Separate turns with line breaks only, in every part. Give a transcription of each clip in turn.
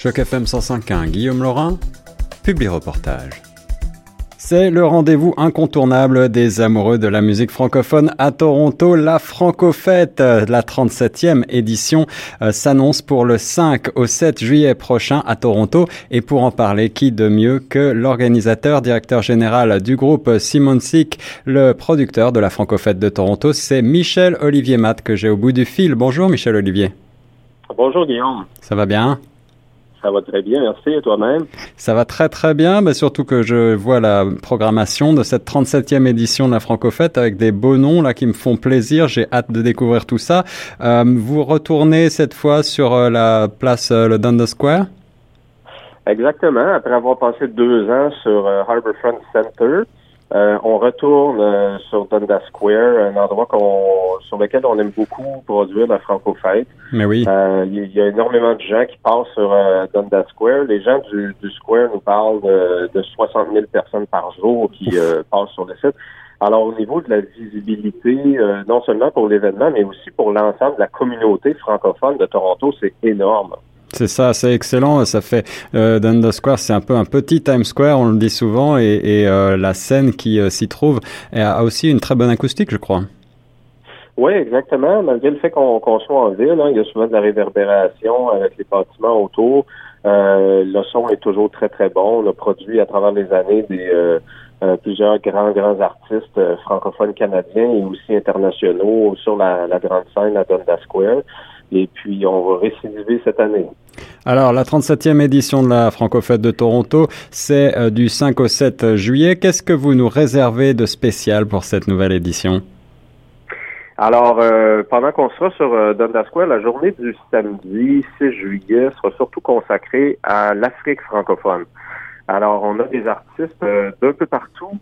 Choc FM 105.1, Guillaume Laurin, Publi-Reportage. C'est le rendez-vous incontournable des amoureux de la musique francophone à Toronto, la Francofête. La 37e édition s'annonce pour le 5 au 7 juillet prochain à Toronto. Et pour en parler, qui de mieux que l'organisateur, directeur général du groupe Simon Sick, le producteur de la Francofête de Toronto, c'est Michel-Olivier Matt que j'ai au bout du fil. Bonjour Michel-Olivier.
Bonjour Guillaume.
Ça va bien?
Ça va très bien, merci. Et toi-même?
Ça va très très bien, mais surtout que je vois la programmation de cette 37e édition de la Francofête avec des beaux noms là qui me font plaisir. J'ai hâte de découvrir tout ça. Vous retournez cette fois sur la place le Dundas Square?
Exactement. Après avoir passé 2 ans sur Harbourfront Center, on retourne sur Dundas Square, un endroit sur lequel on aime beaucoup produire la Francofête.
Mais oui.
Il y a énormément de gens qui passent sur Dundas Square. Les gens du Square nous parlent de 60 000 personnes par jour qui passent sur le site. Alors, au niveau de la visibilité, non seulement pour l'événement, mais aussi pour l'ensemble de la communauté francophone de Toronto, c'est énorme.
C'est ça, c'est excellent. Ça fait Dundas Square, c'est un peu un petit Times Square, on le dit souvent, et la scène qui s'y trouve a aussi une très bonne acoustique, je crois. Oui,
exactement. Malgré le fait qu'on soit en ville, il y a souvent de la réverbération avec les bâtiments autour. Le son est toujours très, très bon. On a produit à travers les années plusieurs grands artistes francophones canadiens et aussi internationaux sur la grande scène à Dundas Square. Et puis, on va récidiver cette année.
Alors, la 37e édition de la Francofête de Toronto, c'est du 5 au 7 juillet. Qu'est-ce que vous nous réservez de spécial pour cette nouvelle édition?
Alors, pendant qu'on sera sur Dundas Square, la journée du samedi 6 juillet sera surtout consacrée à l'Afrique francophone. Alors, on a des artistes d'un peu partout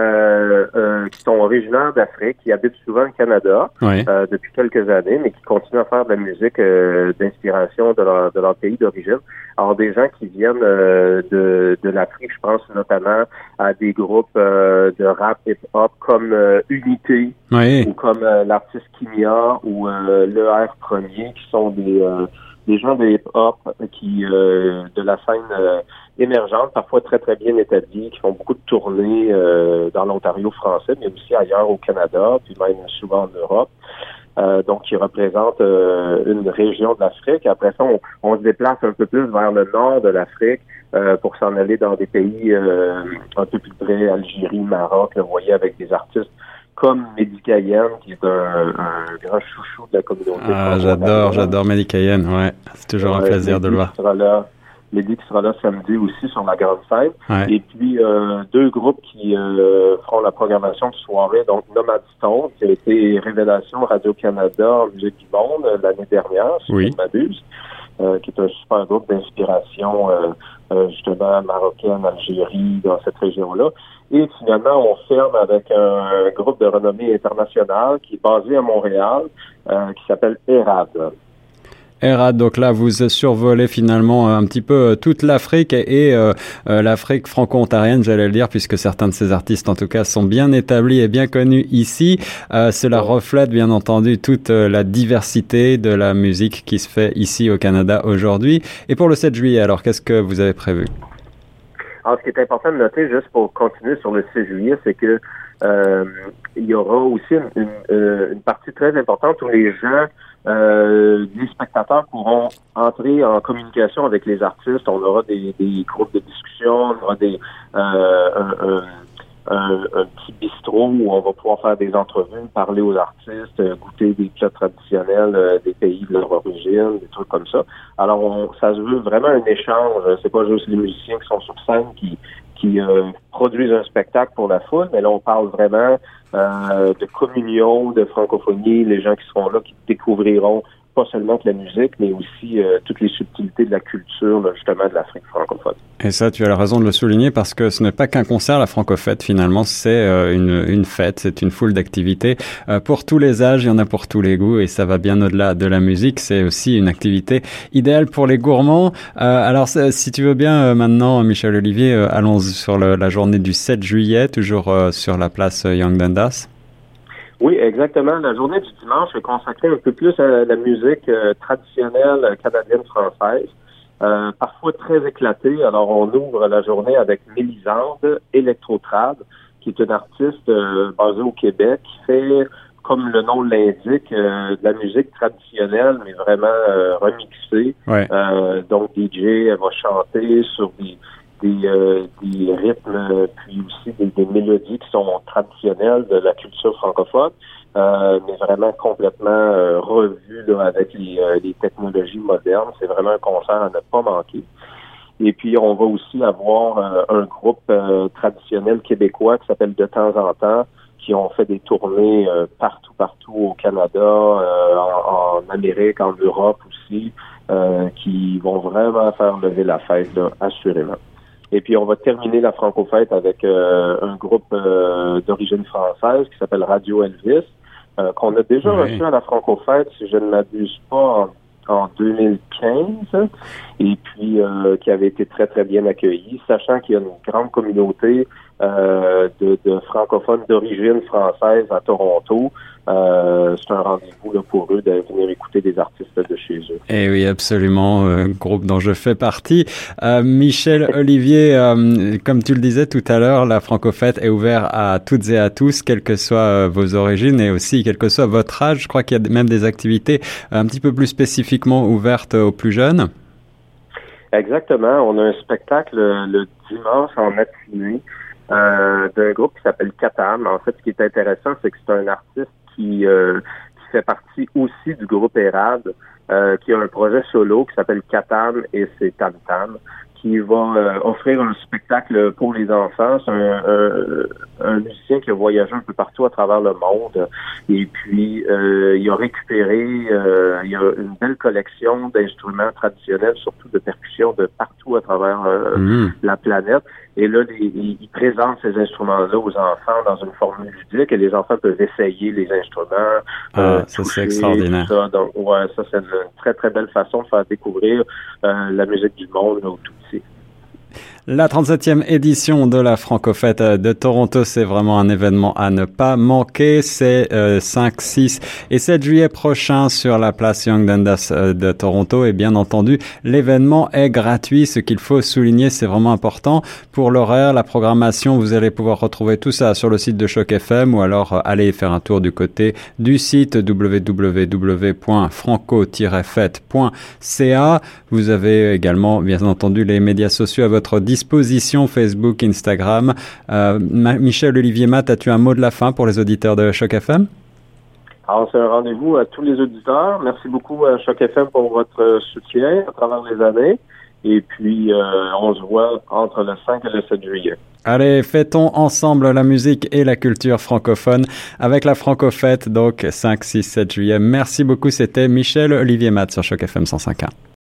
qui sont originaires d'Afrique, qui habitent souvent au Canada depuis quelques années, mais qui continuent à faire de la musique d'inspiration de leur pays d'origine. Alors, des gens qui viennent de l'Afrique, je pense notamment à des groupes de rap hip-hop comme Unité ou comme l'artiste Kimia ou l'ER Premier, qui sont des gens de hip-hop qui de la scène émergente, parfois très très bien établis, qui font beaucoup de tournées dans l'Ontario français, mais aussi ailleurs au Canada, puis même souvent en Europe. Donc, qui représentent une région de l'Afrique. Après ça, on se déplace un peu plus vers le nord de l'Afrique pour s'en aller dans des pays un peu plus près, Algérie, Maroc, vous voyez, avec des artistes comme Mehdi Cayenne, qui est un grand chouchou de la communauté.
Ah, j'adore Mehdi Cayenne, ouais. C'est toujours un plaisir de le voir.
Mehdi qui sera là samedi aussi sur la grande scène.
Ouais.
Et puis, 2 groupes qui feront la programmation de soirée. Donc, Nomad Stone, qui a été révélation Radio-Canada en musique du monde l'année dernière, si je ne m'abuse, qui est un super groupe d'inspiration, justement, marocaine, Algérie, dans cette région-là. Et finalement, on ferme avec un groupe de renommée internationale qui est basé à Montréal, qui s'appelle ERAD.
ERAD, donc là, vous survolez finalement un petit peu toute l'Afrique et l'Afrique franco-ontarienne, j'allais le dire, puisque certains de ces artistes, en tout cas, sont bien établis et bien connus ici. Cela reflète, bien entendu, toute la diversité de la musique qui se fait ici au Canada aujourd'hui. Et pour le 7 juillet, alors, qu'est-ce que vous avez prévu?
Alors, ce qui est important de noter, juste pour continuer sur le 6 juillet, c'est que il y aura aussi une partie très importante où les gens, les spectateurs pourront entrer en communication avec les artistes. On aura des groupes de discussion, on aura un petit bistrot où on va pouvoir faire des entrevues, parler aux artistes, goûter des plats traditionnels des pays de leur origine, des trucs comme ça. Alors, ça se veut vraiment un échange. C'est pas juste les musiciens qui sont sur scène qui produisent un spectacle pour la foule, mais là, on parle vraiment de communion, de francophonie, les gens qui seront là, qui découvriront pas seulement de la musique, mais aussi toutes les subtilités de la culture, là, justement, de l'Afrique francophone.
Et ça, tu as raison de le souligner parce que ce n'est pas qu'un concert, la Francofête, finalement, c'est une fête, c'est une foule d'activités pour tous les âges, il y en a pour tous les goûts et ça va bien au-delà de la musique, c'est aussi une activité idéale pour les gourmands. Alors, si tu veux bien, maintenant, Michel-Olivier, allons sur la journée du 7 juillet, toujours sur la place Yonge Dundas.
Oui, exactement. La journée du dimanche est consacrée un peu plus à la musique traditionnelle canadienne-française. parfois très éclaté. Alors, on ouvre la journée avec Mélisande, Electrotrad, qui est une artiste basée au Québec, qui fait, comme le nom l'indique, de la musique traditionnelle, mais vraiment remixée.
Ouais.
Donc, DJ, elle va chanter sur des rythmes, puis aussi des mélodies qui sont traditionnelles de la culture francophone, mais vraiment complètement revues là, avec les technologies modernes. C'est vraiment un concert à ne pas manquer. Et puis, on va aussi avoir un groupe traditionnel québécois qui s'appelle De temps en temps, qui ont fait des tournées partout au Canada, en Amérique, en Europe aussi, qui vont vraiment faire lever la fête, là, assurément. Et puis, on va terminer la Franco-Fête avec un groupe d'origine française qui s'appelle Radio Elvis, qu'on a déjà reçu à la Franco-Fête, si je ne m'abuse pas, en 2015, et puis qui avait été très, très bien accueilli, sachant qu'il y a une grande communauté de francophones d'origine française à Toronto. C'est un rendez-vous là, pour eux de venir écouter des artistes de chez eux.
Eh oui, absolument, groupe dont je fais partie. Michel Olivier, comme tu le disais tout à l'heure, la Franco-Fête est ouverte à toutes et à tous, quelles que soient vos origines et aussi quel que soit votre âge. Je crois qu'il y a même des activités un petit peu plus spécifiquement ouvertes aux plus jeunes.
Exactement. On a un spectacle le dimanche en matinée d'un groupe qui s'appelle Katam. En fait, ce qui est intéressant, c'est que c'est un artiste qui fait partie aussi du groupe Érable, qui a un projet solo qui s'appelle Katam et c'est Tam Tam, qui va offrir un spectacle pour les enfants. C'est un musicien qui a voyagé un peu partout à travers le monde. Et puis, il a récupéré, il y a une belle collection d'instruments traditionnels, surtout de percussion, de partout à travers la planète. Et là, il présente ces instruments-là aux enfants dans une formule ludique et les enfants peuvent essayer les instruments.
Ça,
toucher,
c'est extraordinaire.
tout ça. Donc, ouais, ça, c'est une très, très belle façon de faire découvrir la musique du monde là, au tout petit.
La 37e édition de la Franco-Fête de Toronto, c'est vraiment un événement à ne pas manquer. C'est 5, 6 et 7 juillet prochain sur la place Yonge Dundas de Toronto. Et bien entendu, l'événement est gratuit. Ce qu'il faut souligner, c'est vraiment important. Pour l'horaire, la programmation, vous allez pouvoir retrouver tout ça sur le site de Choc FM ou alors aller faire un tour du côté du site www.franco-fête.ca. Vous avez également, bien entendu, les médias sociaux à votre disposition, Facebook, Instagram. Michel Olivier Matt, as-tu un mot de la fin pour les auditeurs de Choc FM?
Alors, c'est un rendez-vous à tous les auditeurs. Merci beaucoup à Choc FM pour votre soutien à travers les années. Et puis, on se voit entre le 5 et le 7 juillet.
Allez, fêtons ensemble la musique et la culture francophone avec la Franco-Fête, donc 5, 6, 7 juillet. Merci beaucoup, c'était Michel Olivier Matt sur Choc FM 105.1.